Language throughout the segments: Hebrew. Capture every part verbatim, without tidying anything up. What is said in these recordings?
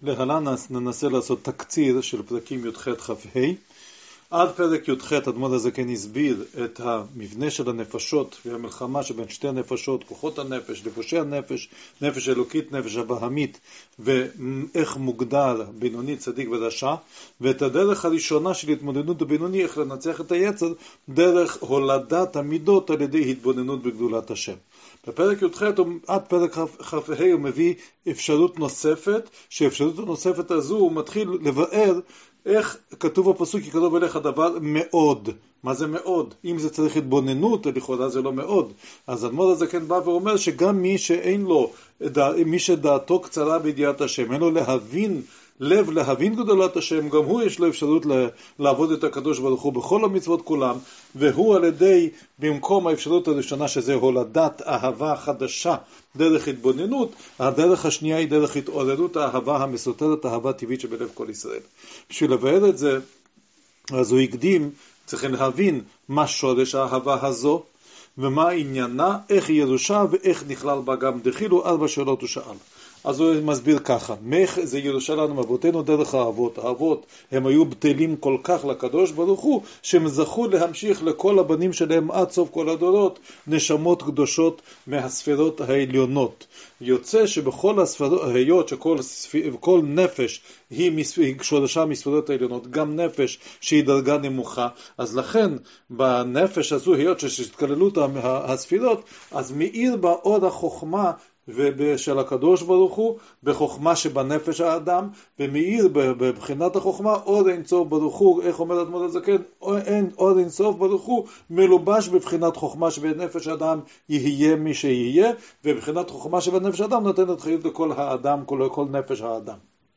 להלן ננסה לעשות תקציר של פרקים י"ח כ"ה. עד פרק י"ח אדמו"ר הזקן הסביר את המבנה של הנפשות והמלחמה שבין שתי הנפשות, כוחות הנפש, לבושי הנפש, נפש אלוקית, נפש הבהמית, ואיך מוגדר בינוני, צדיק ורשע, ואת הדרך הראשונה של התמודדות בבינוני, איך לנצח את היצר, דרך הולדת המידות על ידי התבוננות בגדולת השם. בפרק י"ח עד פרק כ"ה הוא מביא אפשרות נוספת, שאפשרות הנוספת הזו הוא מתחיל לבאר איך כתוב בפסוק, כי כתוב אליך דבר מאוד. מה זה מאוד? אם זה צריך התבוננות, לכאורה זה לא מאוד. אז אדמו"ר הזקן בא ואומר שגם מי שאין לו, מי שדעתו קצרה בידיעת השם, אין לו להבין, לב להבין גדולת השם, גם הוא יש לו אפשרות לעבוד את הקדוש ברוך הוא בכל המצוות כולם, והוא על ידי, במקום האפשרות הראשונה שזה הולדת אהבה חדשה דרך התבוננות, הדרך השנייה היא דרך התעוררות האהבה המסותרת, האהבה טבעית שבלב כל ישראל. בשביל לבאר את זה, אז הוא הקדים, צריכים להבין מה שורש האהבה הזו, ומה עניינה, איך היא ירושה ואיך נכלל בה גם דחילו, ארבע שאלות הוא שאל. אז הוא מסביר ככה, איך זה ירושה לנו מאבותינו דרך האבות. האבות הם היו בטלים כל כך לקדוש ברוך הוא, שהם זכו להמשיך לכל הבנים שלהם עד סוף כל הדורות, נשמות קדושות מהספירות העליונות. יוצא שבכל הספירות, היות שכל כל נפש היא שורשה מספירות העליונות, גם נפש שהיא דרגה נמוכה, אז לכן בנפש הזו, היות שהתכללות הספירות, אז מאיר בה אור החוכמה, ושל הקדוש ברוך הוא בחוכמה שבנפש האדם, ומאיר בבחינת החוכמה אור אין סוף ברוך הוא. איך אומר אדמו"ר הזקן? אין אור אין סוף ברוך הוא מלובש בבחינת חוכמה שבנפש האדם יהיה מי שיהיה, ובבחינת חוכמה שבנפש האדם נותנת חיות לכל האדם, כל, כל נפש האדם.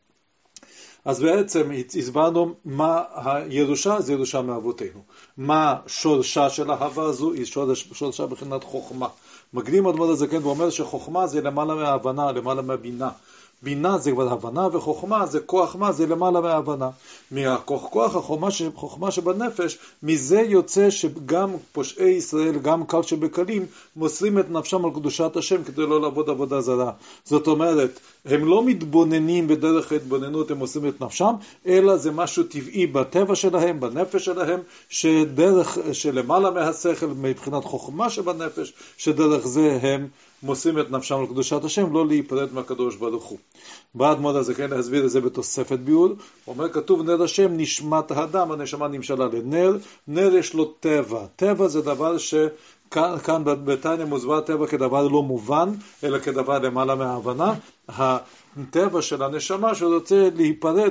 אז בעצם הסברנו מה הירושה, זה ירושה מאבותינו. מה שורשה של האהבה הזו? היא שורש, שורשה בחינת חוכמה. מקדים אדמו"ר הזקן ואומר שחוכמה זה למעלה מההבנה, למעלה מהבינה. בינה זה כבר הבנה, וחוכמה זה כוח מה, זה למעלה מההבנה. מהכוח כוח החוכמה, חוכמה שבנפש, מזה יוצא שגם פושעי ישראל, גם קל שבקלים, מוסרים את נפשם על קדושת השם כדי לא לעבוד עבודה זרה. זאת אומרת, הם לא מתבוננים בדרך ההתבוננות, הם מוסרים את נפשם, אלא זה משהו טבעי בטבע שלהם, בנפש שלהם, שדרך שלמעלה מהשכל, מבחינת חוכמה שבנפש, שדרך זה הם מוסרים את נפשם על קדושת השם, לא להיפרד מהקדוש ברוך הוא. בעד מוד הזקן להסביר את זה בתוספת ביור, הוא אומר, כתוב נר השם נשמת האדם, הנשמה נמשלה לנר, נר יש לו טבע. טבע זה דבר שכאן כאן בתניא מוסבר טבע כדבר לא מובן, אלא כדבר למעלה מההבנה. הטבע של הנשמה שרוצה להיפרד,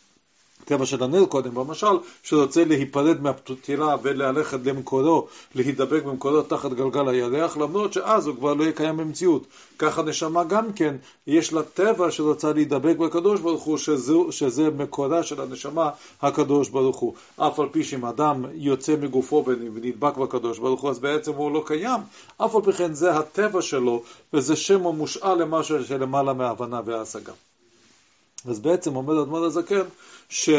טבע של הנר קודם במשל, שרוצה להיפרד מהפתילה וללכת למקורו, להידבק במקורו תחת גלגל הירח, למרות שאז הוא כבר לא יקיים במציאות. ככה נשמה גם כן, יש לה טבע שרוצה להידבק בקדוש ברוך הוא, שזה, שזה מקורה של הנשמה הקדוש ברוך הוא. אף על פי שאם אדם יוצא מגופו ונדבק בקדוש ברוך הוא, אז בעצם הוא לא קיים. אף על פי כן זה הטבע שלו, וזה שם המושאל למשהו שלמעלה מההבנה וההשגה. אז בעצם אומר אדמו"ר הזקן ש,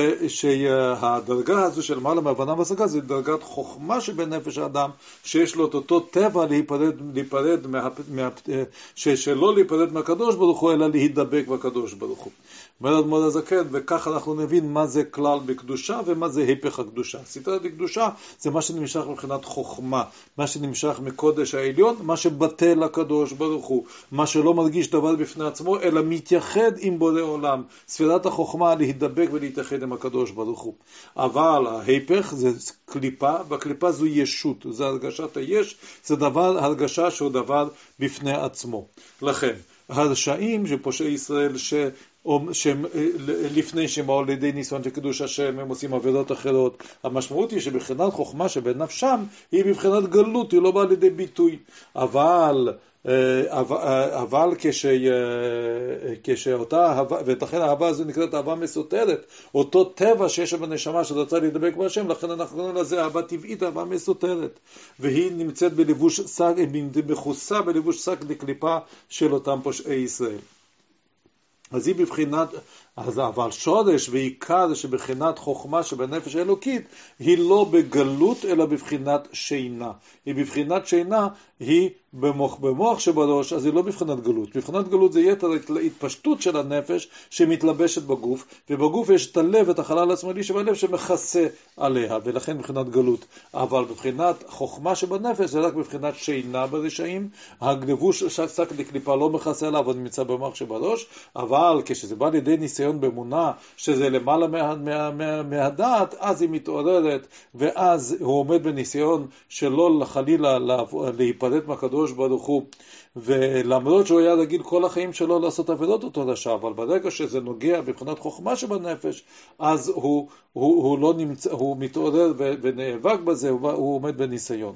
שהדרגה הזו של מעלה מהבנה והשגה זה דרגת חוכמה שבנפש האדם, שיש לו את אותו טבע להיפרד, להיפרד מה, מה, ש, שלא להיפרד מהקדוש ברוך הוא, אלא להידבק בקדוש ברוך הוא. אומר אדמו"ר הזקן, וכך אנחנו נבין מה זה כלל בקדושה ומה זה היפך הקדושה. סתרת בקדושה זה מה שנמשך מבחינת חוכמה, מה שנמשך מקודש העליון, מה שבטל הקדוש ברוך הוא, מה שלא מרגיש דבר בפני עצמו, אלא מתייחד עם בורא עולם. ספירת החוכמה להידבק ולהתייחד עם הקדוש ברוך הוא. אבל ההיפך זה קליפה, והקליפה זו ישות, זה הרגשת היש, זה דבר, הרגשה שהוא דבר בפני עצמו. לכן, הרשעים שפושעי ישראל ש... שלפני שהם באו לידי ניסיון של קידוש השם, הם עושים עבירות אחרות. המשמעות היא שבבחינת חוכמה שבנפשם היא בבחינת גלות, היא לא באה לידי ביטוי. אבל אבל כש, כשאותה אהבה, ולכן האהבה הזו נקראת אהבה מסותרת, אותו טבע שיש בנשמה שרוצה להידבק בהשם, לכן אנחנו קוראים לזה אהבה טבעית, אהבה מסותרת, והיא נמצאת בלבוש שק, מכוסה בלבוש שק לקליפה של אותם פושעי ישראל. אז היא בבחינת, אז אבל שורש ועיקר שבבחינת חוכמה שבנפש האלוקית היא לא בגלות אלא בבחינת שינה. היא בבחינת שינה, היא במוח, במוח שבראש, אז היא לא מבחינת גלות. מבחינת גלות זה יתר התפשטות של הנפש שמתלבשת בגוף, ובגוף יש את הלב, את החלל השמאלי שבלב שמכסה עליה, ולכן מבחינת גלות. אבל מבחינת חוכמה שבנפש זה רק מבחינת שינה ברשעים, הגלבוש שק לקליפה לא מכסה עליו, אבל נמצא במוח שבראש, אבל כשזה בא לידי ניסיון באמונה, שזה למעלה מה, מה, מה, מהדעת, אז היא מתעוררת, ואז הוא עומד בניסיון שלא חלילה להיפרד מהקדוש ברוך הוא, ולמרות שהוא היה רגיל כל החיים שלו לעשות עבירות אותו רשע, אבל ברגע שזה נוגע מבחינת חוכמה שבנפש, אז הוא, הוא, הוא, לא נמצא, הוא מתעורר ונאבק בזה, הוא, הוא עומד בניסיון.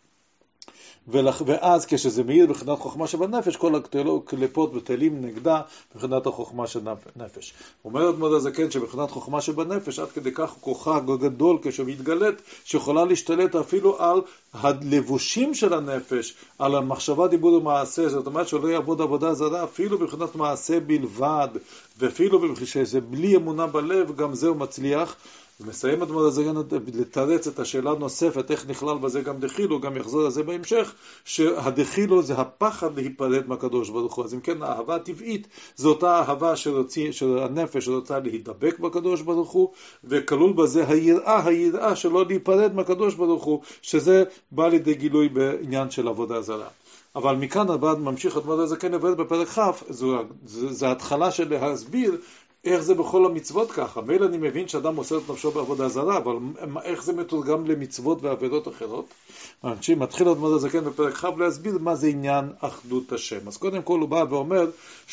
ואז כשזה מאיר בבחינת חוכמה שבנפש, כל הקליפות בטלים נגדה בבחינת החוכמה של נפש. אומר אדמו"ר הזקן שבבחינת חוכמה שבנפש, עד כדי כך כוחה גדול כשמתגלת, שיכולה להשתלט אפילו על הלבושים של הנפש, על המחשבה, דיבור ומעשה. זאת אומרת שלא יעבוד עבודה זרה, אפילו בבחינת מעשה בלבד, ואפילו שזה בלי אמונה בלב, גם זהו מצליח. ומסיים אדמו"ר הזקן לתרץ את השאלה הנוספת, איך נכלל בזה גם דחילו, גם יחזור לזה בהמשך, שהדחילו זה הפחד להיפרד מהקדוש ברוך הוא. אז אם כן, האהבה הטבעית זו אותה אהבה שרוצי, של הנפש שרוצה להידבק בקדוש ברוך הוא, וכלול בזה היראה, היראה שלא להיפרד מהקדוש ברוך הוא, שזה בא לידי גילוי בעניין של עבודה זרה. אבל מכאן הבא ממשיך אדמו"ר הזקן עובד בפרק כ', זו, זו, זו התחלה של להסביר איך זה בכל המצוות ככה. מילא אני מבין שאדם עושה את נפשו בעבודה זרה, אבל איך זה מתורגם למצוות ועבירות אחרות? מתחיל אדמו"ר הזקן בפרק כ' להסביר מה זה עניין אחדות השם. אז קודם כל הוא בא ואומר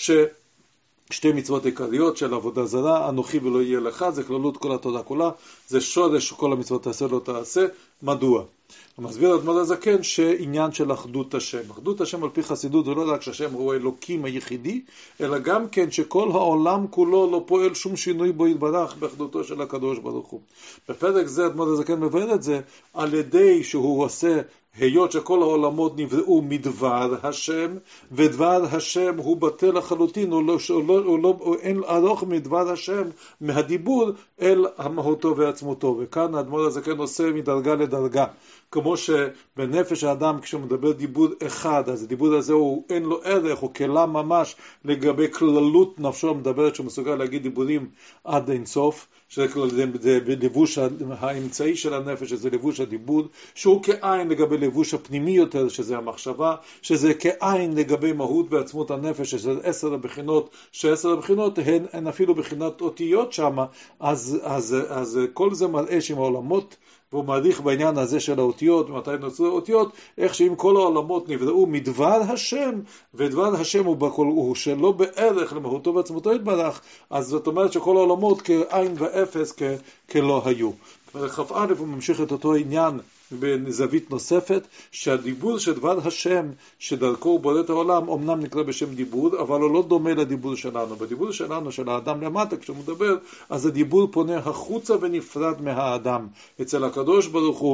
ששתי מצוות עיקריות של עבודה זרה, אנוכי ולא יהיה לך, זה כללות כל התורה כולה, זה שורש כל המצוות תעשה לא תעשה. מדוע? הוא מסביר אדמו"ר הזקן שעניין של אחדות השם. אחדות השם על פי חסידות זה לא רק שהשם הוא אלוקים היחידי, אלא גם כן שכל העולם כולו לא פועל שום שינוי בו יתברך באחדותו של הקדוש ברוך הוא. בפרק זה אדמו"ר הזקן מבאר את זה על ידי שהוא עושה היות שכל העולמות נבראו מדבר השם, ודבר השם הוא בטל לחלוטין, הוא, לא, הוא, לא, הוא, לא, הוא אין ארוך מדבר השם, מהדיבור אל המהותו ועצמותו. וכאן האדמו"ר הזקן עושה מדרגה לדרגה. כמו שבנפש האדם כשהוא מדבר דיבור אחד, אז הדיבור הזה הוא, אין לו ערך, הוא כלה ממש לגבי כללות נפשו, מדברת שהוא מסוגל להגיד דיבורים עד אינסוף, שזה לבוש האמצעי של הנפש, שזה לבוש הדיבור, שהוא כעין לגבי לבוש הפנימי יותר, שזה המחשבה, שזה כעין לגבי מהות בעצמות הנפש, שזה עשר הבחינות, שעשר הבחינות הן, הן אפילו בחינת אותיות שם, אז, אז, אז כל זה מראה שעם העולמות, והוא מעריך בעניין הזה של האותיות, ומתי נוצרו האותיות, איך שאם כל העולמות נבראו מדבר השם, ודבר השם הוא, בכל, הוא שלא בערך למהותו ועצמותו יתברך, אז זאת אומרת שכל העולמות כעין ואפס כ, כלא היו. בכ"א הוא ממשיך את אותו עניין בזווית נוספת, שהדיבור של דבר השם שדרכו הוא בורא את העולם אמנם נקרא בשם דיבור, אבל הוא לא דומה לדיבור שלנו. בדיבור שלנו של האדם למטה כשהוא מדבר, אז הדיבור פונה החוצה ונפרד מהאדם. אצל הקדוש ברוך הוא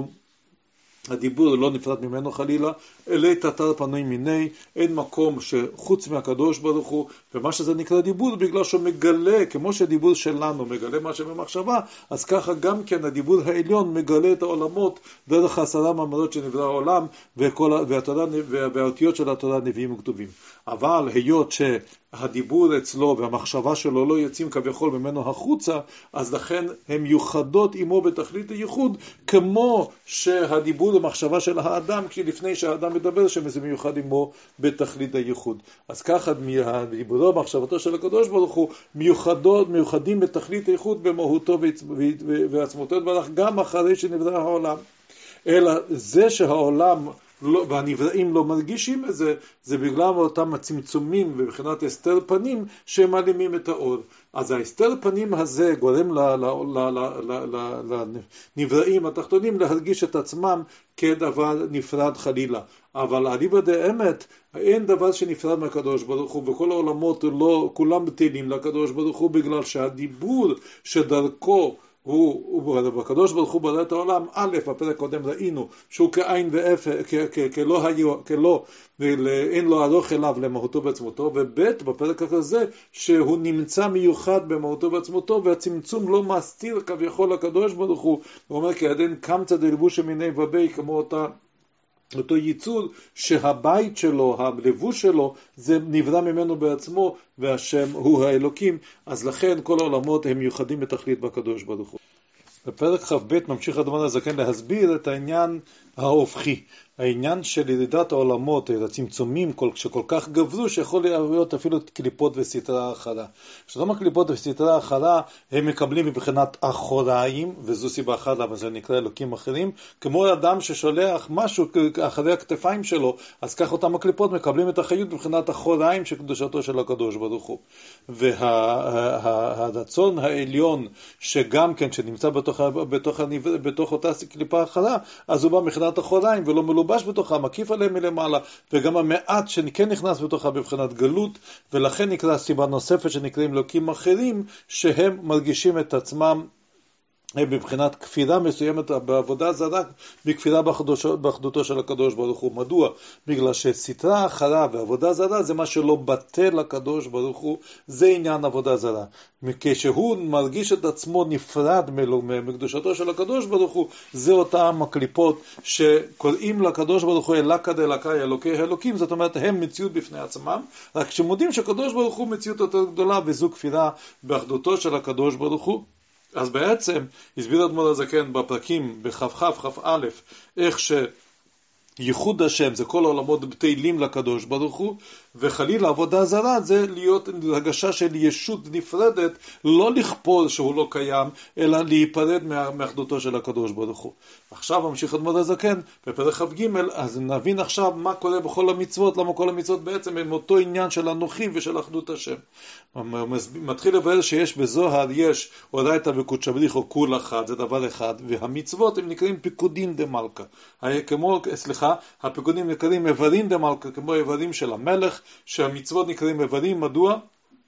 הדיבור לא נפרד ממנו חלילה, אלי תתר פנוי מיני, אין מקום שחוץ מהקדוש ברוך הוא, ומה שזה נקרא דיבור בגלל שהוא מגלה, כמו שהדיבור שלנו מגלה מה שבמחשבה, אז ככה גם כן הדיבור העליון מגלה את העולמות דרך עשרה מאמרות שנברא העולם, וכל, והתורה, והאותיות של התורה נביאים וכתובים. אבל היות שהדיבור אצלו והמחשבה שלו לא יוצאים כביכול ממנו החוצה, אז לכן הם מיוחדות עמו בתכלית הייחוד, כמו שהדיבור ומחשבה של האדם, כשלפני שהאדם מדבר שזה מיוחד עמו בתכלית הייחוד. אז ככה הדיבורו ומחשבתו של הקדוש ברוך הוא מיוחדות, מיוחדים בתכלית הייחוד במהותו ועצמותו יתברך, גם אחרי שנברא העולם. אלא זה שהעולם לא, והנבראים לא מרגישים את זה, זה בגלל אותם הצמצומים ובחינת הסתר פנים שמעלימים את האור. אז ההסתר פנים הזה גורם לנבראים התחתונים להרגיש את עצמם כדבר נפרד חלילה. אבל אליבא דאמת, אין דבר שנפרד מהקדוש ברוך הוא, וכל העולמות לא, כולם בטלים לקדוש ברוך הוא, בגלל שהדיבור שדרכו הוא, בקדוש ברוך הוא ברא את העולם, א', בפרק קודם ראינו שהוא כעין ואפס, כלא היו, כלא, אין לו ארוך אליו למהותו בעצמותו, וב' בפרק הזה שהוא נמצא מיוחד במהותו בעצמותו, והצמצום לא מסתיר כביכול הקדוש ברוך הוא. הוא אומר כי עדין קמצא דלבוש מיני ובי, כמו אותה אותו ייצור שהבית שלו, הלבוש שלו, זה נברא ממנו בעצמו, והשם הוא האלוקים, אז לכן כל העולמות הם מיוחדים בתכלית בקדוש ברוך הוא. בפרק ח' ממשיך אדמו"ר הזקן להסביר את העניין ההופכי, העניין של ירידת העולמות, הצמצומים שכל כך גברו שיכול להיות אפילו קליפות וסתרה אחרה. כשאומרים קליפות וסתרה אחרה הם מקבלים מבחינת אחוריים, וזו סיבה אחת למה זה נקרא אלוקים אחרים, כמו אדם ששולח משהו אחרי הכתפיים שלו, אז כך אותם הקליפות מקבלים את החיות מבחינת אחוריים של קדושתו של הקדוש ברוך הוא. והרצון העליון שגם כן שנמצא בתוך, בתוך, בתוך אותה קליפה אחרה, אז הוא בא מבחינת אחוריים ולא מלובש בתוכה, מקיף עליהם מלמעלה, וגם המעט שכן נכנס בתוכה בבחינת גלות, ולכן נקרא סיבה נוספת שנקראים אלוקים אחרים, שהם מרגישים את עצמם בבחינת כפירה מסוימת בעבודה זרה, בכפירה באחדותו של הקדוש ברוך הוא. מדוע? בגלל שסתרה אחרה ועבודה זרה זה מה שלא בטל הקדוש ברוך הוא, זה עניין עבודה זרה. כשהוא מרגיש את עצמו נפרד מקדושתו של הקדוש ברוך הוא, זה אותם הקליפות שקוראים לקדוש ברוך הוא אלוקא דאלוקי, אלוקי אלוקים, זאת אומרת הם מציאות בפני עצמם, רק שמודים שקדוש ברוך הוא מציאות יותר גדולה, וזו כפירה באחדותו של הקדוש ברוך הוא. אז בעצם הסביר אדמו"ר הזקן בפרקים בכ"כ כ"א איך שייחוד השם זה כל העולמות בטלים לקדוש ברוך הוא, וחלילה עבודה זרה זה להיות הרגשה של ישות נפרדת, לא לכפור שהוא לא קיים, אלא להיפרד מאחדותו של הקדוש ברוך הוא. עכשיו ממשיך אדמו"ר הזקן בפרק כ"ג, אז נבין עכשיו מה קורה בכל המצוות, למה כל המצוות בעצם הם אותו עניין של אנוכי ושל אחדות השם. מתחיל לבאר שיש בזוהר יש אורייתא וקודשא בריחו כול אחד, זה דבר אחד, והמצוות הם נקראים פיקודין דמלכא, כמו, סליחה, הפיקודים נקראים איברים דמלכא, כמו איברים של המלך, שהמצוות נקראים איברים. מדוע?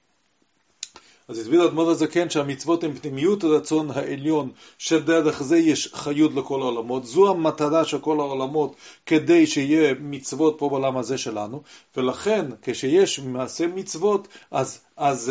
אז הסביר אדמו"ר הזקן שהמצוות הן פנימיות רצון העליון, שדרך זה יש חיות לכל העולמות, זו המטרה של כל העולמות, כדי שיהיה מצוות פה בעולם הזה שלנו, ולכן כשיש מעשה מצוות, אז אז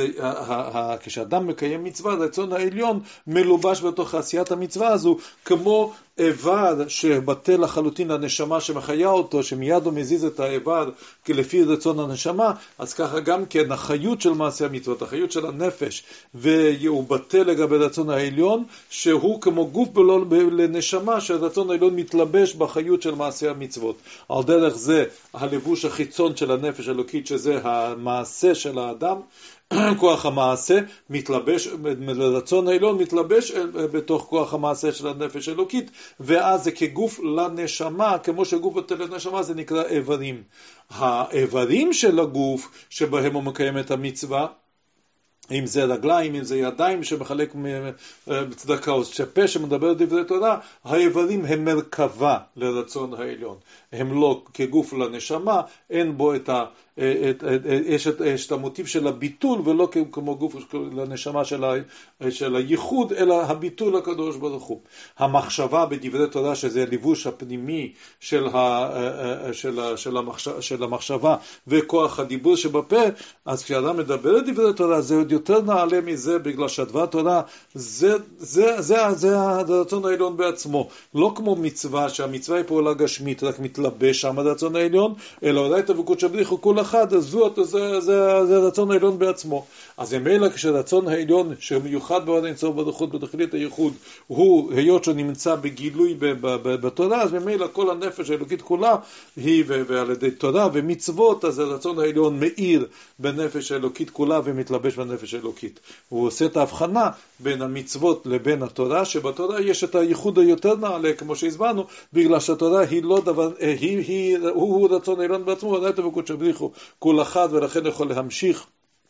כשאדם מקיים מצווה, רצון העליון מלובש בתוך עשיית המצווה הזו, כמו איבר שבטל לחלוטין הנשמה שמחיה אותו, שמיד הוא מזיז את האיבר לפי רצון הנשמה, אז ככה גם כן החיות של מעשה המצוות, החיות של הנפש, והוא בטל לגבי רצון העליון, שהוא כמו גוף בלא לנשמה, שהרצון העליון מתלבש בחיות של מעשה המצוות. על דרך זה הלבוש החיצון של הנפש האלוקית, שזה המעשה של האדם, כוח המעשה מתלבש, לרצון העליון מתלבש בתוך כוח המעשה של הנפש האלוקית, ואז זה כגוף לנשמה, כמו שגוף בטל לנשמה זה נקרא איברים. האיברים של הגוף שבהם הוא מקיים את המצווה, אם זה רגליים, אם זה ידיים שמחלק בצדקה, או שפה שמדבר דברי תורה, האיברים הם מרכבה לרצון העליון. הם לא כגוף לנשמה, אין בו את ה... את, את, יש, את, יש את המוטיב של הביטול, ולא כמו גוף לנשמה של, ה, של הייחוד, אלא הביטול הקדוש ברוך הוא. המחשבה בדברי תורה, שזה הליבוש הפנימי של, ה, של, ה, של, המחש, של המחשבה וכוח הדיבור שבפה, אז כשאדם מדבר דברי תורה, זה עוד יותר נעלה מזה, בגלל שהדבר תורה זה, זה, זה, זה הרצון העליון בעצמו. לא כמו מצווה, שהמצווה היא פעולה גשמית, רק מתלבש שם הרצון העליון, אלא אורייתא וקודשא בריחו כול אחד, אז זה, זה, זה, זה הרצון העליון בעצמו. אז ממילא כשרצון העליון שמיוחד בעוד אינסוף בדחות בתכלית הייחוד, הוא היות שנמצא בגילוי בתורה, אז ממילא כל הנפש האלוקית כולה היא, ועל ידי תורה ומצוות, אז הרצון העליון מאיר בנפש האלוקית כולה ומתלבש בנפש האלוקית. הוא עושה את ההבחנה בין המצוות לבין התורה, שבתורה יש את הייחוד היותר נעלה, כמו שהסברנו, בגלל שהתורה היא לא דבר, היא, היא, הוא, הוא רצון העליון בעצמו, אורייתא וקודשא בריחו כול אחד, ולכן יכול להמשיך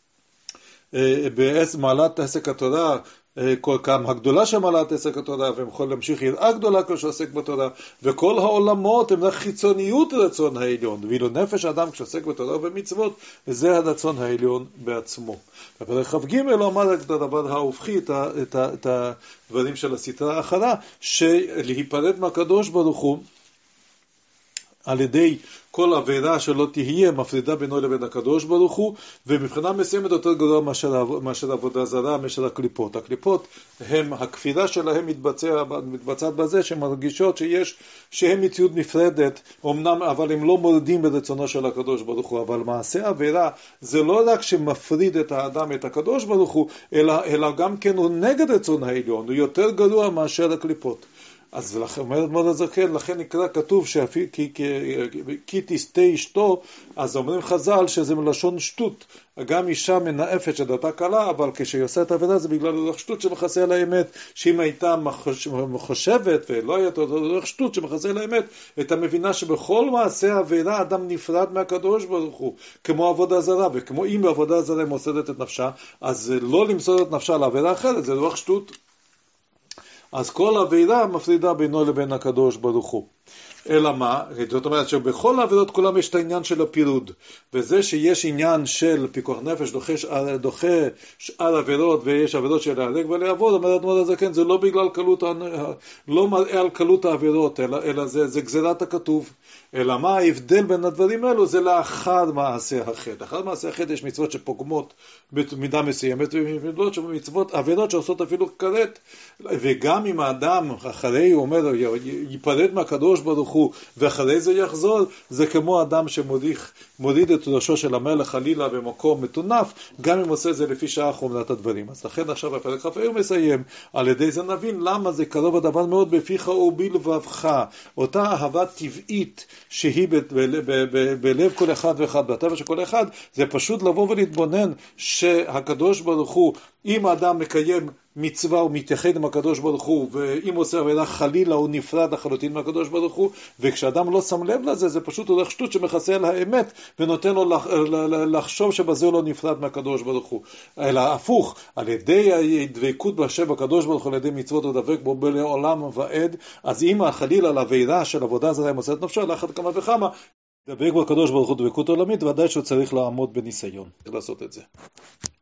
במעלת עסק התורה, כל כמה הגדולה של מעלת עסק התורה, והם יכולים להמשיך יראה גדולה כשעוסק בתורה, וכל העולמות הם חיצוניות רצון העליון, ואילו נפש האדם כשעוסק בתורה ובמצוות, זה הרצון העליון בעצמו. בפרק כ"ג אמר את הדבר ההופכי, את, את, את הדברים של הסתרה האחרה, שלהיפרד מהקדוש ברוך הוא, על ידי כל עבירה שלא תהיה מפרידה בינו לבין הקדוש ברוך הוא, ומבחינה מסוימת יותר גדולה מאשר, מאשר עבודה זרה, מאשר הקליפות. הקליפות, הם, הכפירה שלהם מתבצע, מתבצעת בזה שהן מרגישות שיש, שהם מציאות נפרדת, אמנם, אבל הם לא מורדים ברצונו של הקדוש ברוך הוא. אבל מעשה עבירה זה לא רק שמפריד את האדם את הקדוש ברוך הוא, אלא, אלא גם כן הוא נגד רצון העליון, הוא יותר גרוע מאשר הקליפות. אז לכן, אומרת מאוד הזקן, לכן נקרא כתוב שאפי, כי, כי, כי תסתה אשתו, אז אומרים חז"ל שזה מלשון שטות. גם אישה מנאפת שדתה קלה, אבל כשהיא עושה את העבודה זה בגלל דרך שטות שמכסה על האמת, שאם הייתה מחושבת ולא הייתה דרך שטות שמכסה על האמת, הייתה מבינה שבכל מעשה העבירה אדם נפרד מהקדוש ברוך הוא, כמו עבודה זרה, וכמו אם בעבודה זרה מוסדת את נפשה, אז לא למסוד את נפשה לעבירה אחרת, זה דרך שטות. אז כל עבירה מפרידה בינו לבין הקדוש ברוך הוא. אלא מה? זאת אומרת שבכל העבירות כולם יש את העניין של הפירוד, וזה שיש עניין של פיקוח נפש דוחה, דוחה שאר עבירות, ויש עבירות של להרג ולעבוד, אומרת מאוד הזקן, זה לא בגלל קלות, לא מראה על קלות העבירות, אלא, אלא זה, זה גזירת הכתוב. אלא מה ההבדל בין הדברים האלו? זה לאחר מעשה החטא. אחר מעשה החטא יש מצוות שפוגמות במידה מסוימת, ומצוות עבירות שעושות אפילו כרת, וגם אם האדם אחרי הוא אומר ייפרד מהקדוש ברוך הוא ואחרי זה יחזור, זה כמו אדם שמוריד את ראשו של המלך חלילה במקום מטונף, גם אם עושה זה לפי שעה חומרת הדברים. אז לכן עכשיו הפרק כ"ה הוא מסיים, על ידי זה נבין למה זה קרוב הדבר מאוד בפיך ובלבבך, אותה אהבה טבעית שהיא בלב כל אחד ואחד, בטבע של כל אחד, זה פשוט לבוא ולהתבונן שהקדוש ברוך הוא, אם האדם מקיים מצווה הוא מתייחד עם הקדוש ברוך הוא, ואם עושה עבירה חלילה הוא נפרד לחלוטין מהקדוש ברוך הוא, וכשאדם לא שם לב לזה זה פשוט הולך שטות שמכסה על האמת ונותן לו לחשוב שבזה הוא לא נפרד מהקדוש ברוך הוא. אלא הפוך, על ידי הדבקות בהשם הקדוש ברוך הוא, על ידי מצוות ודבק בו לעולם ועד, אז אם חלילה לעבירה של עבודה זרה מוצא את נפשו, לאחד כמה וכמה דבק בקדוש ברוך הוא דבקות עולמית, ודאי שהוא צריך לעמוד בניסיון לעשות את זה.